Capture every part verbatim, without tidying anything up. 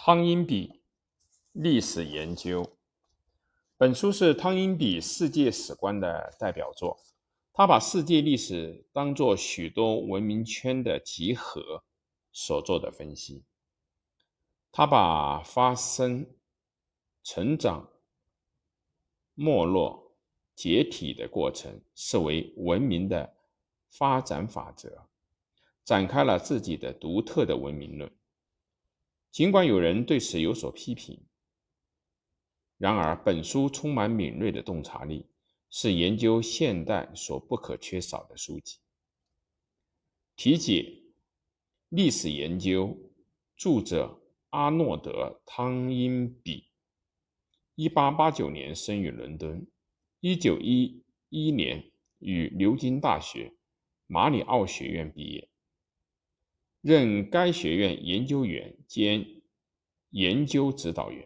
汤因比历史研究。本书是汤因比世界史观的代表作，他把世界历史当作许多文明圈的集合所做的分析。他把发生、成长、没落、解体的过程视为文明的发展法则，展开了自己的独特的文明论。尽管有人对此有所批评，然而本书充满敏锐的洞察力，是研究现代所不可缺少的书籍。题解：历史研究，著者阿诺德·汤因比，一八八九年生于伦敦，一九一一年于牛津大学马里奥学院毕业，任该学院研究员兼研究指导员，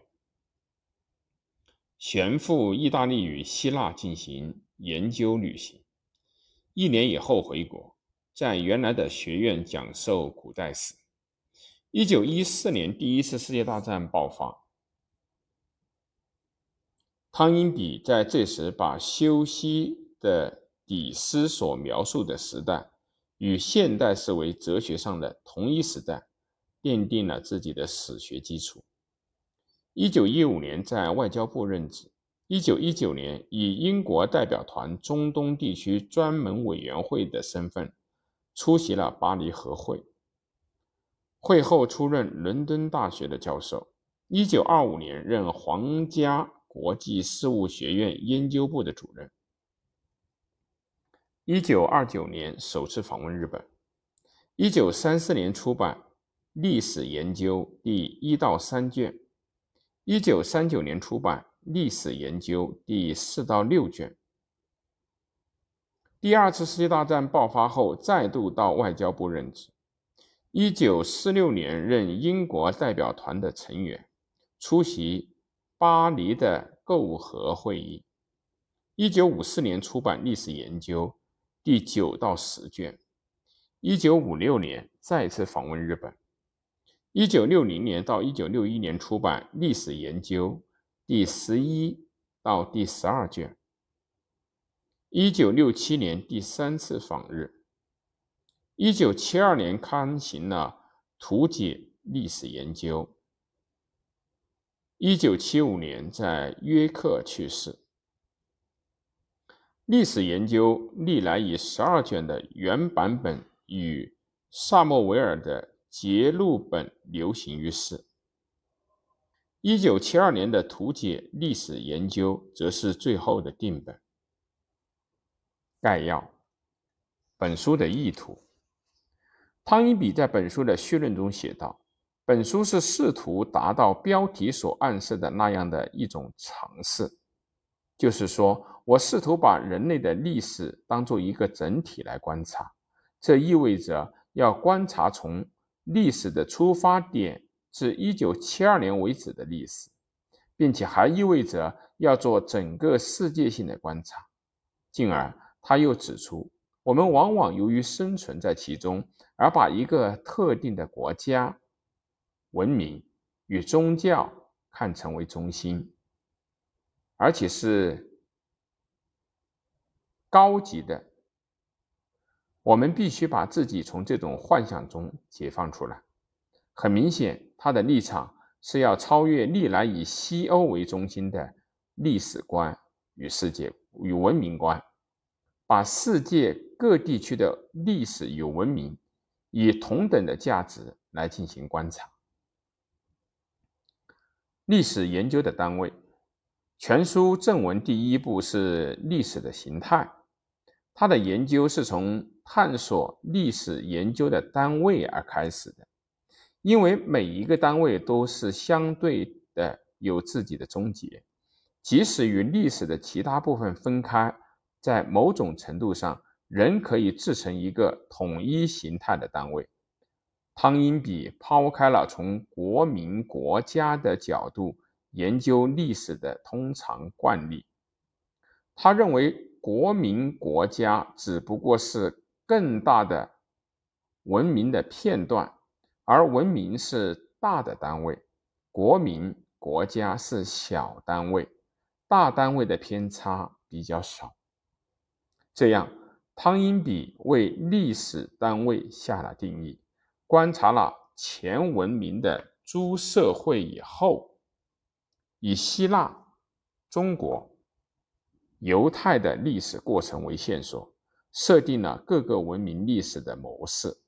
旋赴意大利与希腊进行研究旅行，一年以后回国，在原来的学院讲授古代史。一九一四年第一次世界大战爆发，汤因比在这时把修昔的底斯所描述的时代与现代视为哲学上的同一时代，奠定了自己的史学基础。一九一五年在外交部任职，一九一九年以英国代表团中东地区专门委员会的身份出席了巴黎和会，会后出任伦敦大学的教授。一九二五年任皇家国际事务学院研究部的主任。一九二九年首次访问日本。一九三四年出版《历史研究》第一到三卷。一九三九年出版《历史研究》第四到六卷。第二次世界大战爆发后，再度到外交部任职。一九四六年任英国代表团的成员，出席巴黎的媾和会议。一九五四年出版《历史研究》第九到十卷。一九五六年再次访问日本。一九六零年到一九六一年出版《历史研究》第十一到第十二卷。一九六七年第三次访日。一九七二年刊行了《图解历史研究》。一九七五年在约克去世。历史研究历来以十二卷的原版本与萨默维尔的节录本流行于世。一九七二年的图解历史研究则是最后的定本。概要：本书的意图。汤因比在本书的序论中写道，本书是试图达到标题所暗示的那样的一种尝试，就是说，我试图把人类的历史当作一个整体来观察，这意味着要观察从历史的出发点至一九七二年为止的历史，并且还意味着要做整个世界性的观察。进而他又指出，我们往往由于生存在其中，而把一个特定的国家、文明与宗教看成为中心，而且是高级的。我们必须把自己从这种幻想中解放出来。很明显，他的立场是要超越历来以西欧为中心的历史观与世界与文明观，把世界各地区的历史与文明以同等的价值来进行观察。历史研究的单位。全书正文第一部是历史的形态，它的研究是从探索历史研究的单位而开始的，因为每一个单位都是相对的有自己的终结，即使与历史的其他部分分开，在某种程度上仍可以制成一个统一形态的单位。汤因比抛开了从国民国家的角度研究历史的通常惯例，他认为国民国家只不过是更大的文明的片段，而文明是大的单位。 国民、国家是小单位，大单位的偏差比较少。这样，汤因比为历史单位下了定义，观察了前文明的诸社会以后，以希腊、中国、犹太的历史过程为线索，设定了各个文明历史的模式。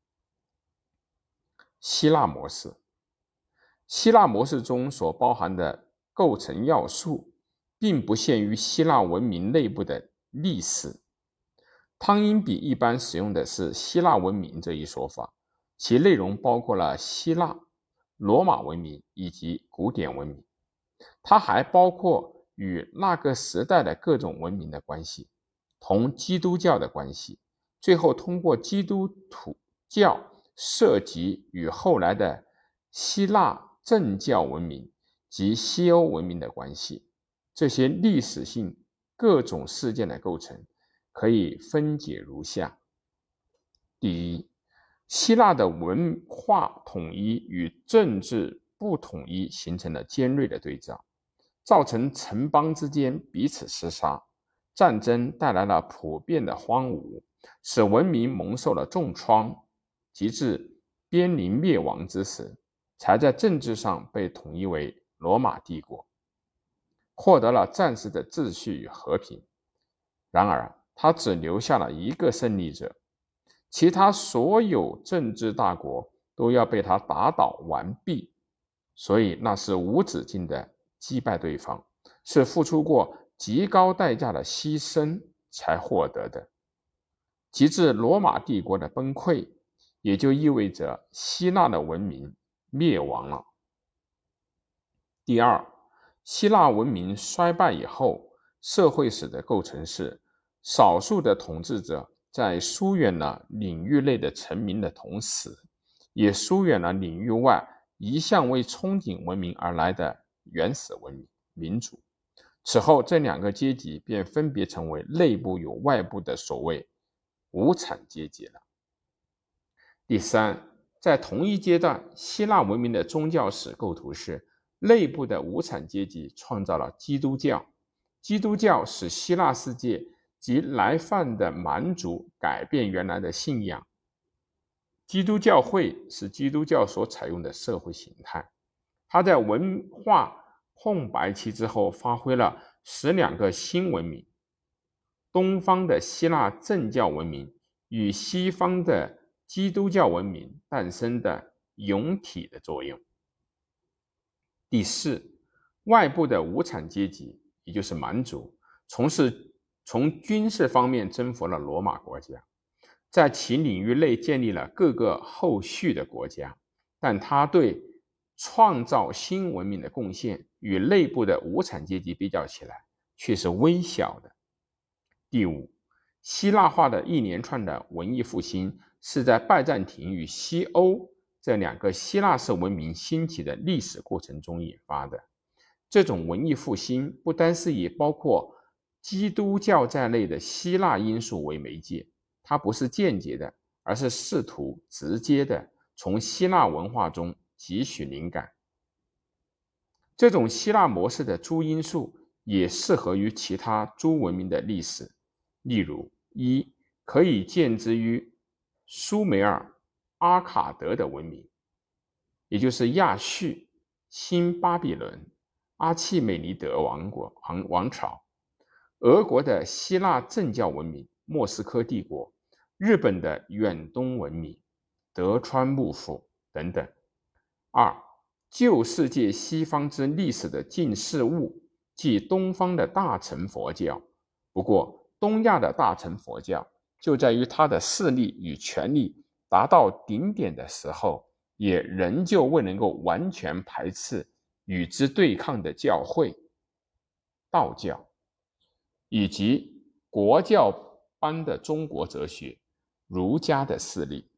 希腊模式，希腊模式中所包含的构成要素，并不限于希腊文明内部的历史。汤因比一般使用的是希腊文明这一说法，其内容包括了希腊、罗马文明以及古典文明。它还包括与那个时代的各种文明的关系，同基督教的关系，最后通过基督教涉及与后来的希腊正教文明及西欧文明的关系。这些历史性各种事件的构成可以分解如下：第一，希腊的文化统一与政治不统一形成了尖锐的对照，造成城邦之间彼此厮杀，战争带来了普遍的荒芜，使文明蒙受了重创，及至边临灭亡之时，才在政治上被统一为罗马帝国，获得了暂时的秩序与和平。然而他只留下了一个胜利者，其他所有政治大国都要被他打倒完毕，所以那是无止境的击败对方，是付出过极高代价的牺牲才获得的。及至罗马帝国的崩溃，也就意味着希腊的文明灭亡了。第二，希腊文明衰败以后，社会史的构成是少数的统治者在疏远了领域内的臣民的同时，也疏远了领域外一向为憧憬文明而来的原始文明民主。此后，这两个阶级便分别成为内部与外部的所谓无产阶级了。第三，在同一阶段，希腊文明的宗教史构图是内部的无产阶级创造了基督教，基督教使希腊世界及来犯的蛮族改变原来的信仰。基督教会是基督教所采用的社会形态，它在文化空白期之后发挥了使两个新文明，东方的希腊正教文明与西方的基督教文明诞生的俑体的作用。第四，外部的无产阶级，也就是蛮族，从事从军事方面征服了罗马国家，在其领域内建立了各个后续的国家，但他对创造新文明的贡献与内部的无产阶级比较起来却是微小的。第五，希腊化的一连串的文艺复兴是在拜占庭与西欧这两个希腊式文明兴起的历史过程中引发的。这种文艺复兴不单是以包括基督教在内的希腊因素为媒介，它不是间接的，而是试图直接的从希腊文化中汲取灵感。这种希腊模式的诸因素也适合于其他诸文明的历史，例如一，可以见之于苏美尔、阿卡德的文明，也就是亚述、新巴比伦、阿契美尼德王国王王朝，俄国的希腊正教文明、莫斯科帝国，日本的远东文明、德川幕府等等。二，旧世界西方之历史的近似物，即东方的大乘佛教。不过，东亚的大乘佛教就在于它的势力与权力达到顶点的时候，也仍旧未能够完全排斥与之对抗的教会、道教，以及国教般的中国哲学、儒家的势力。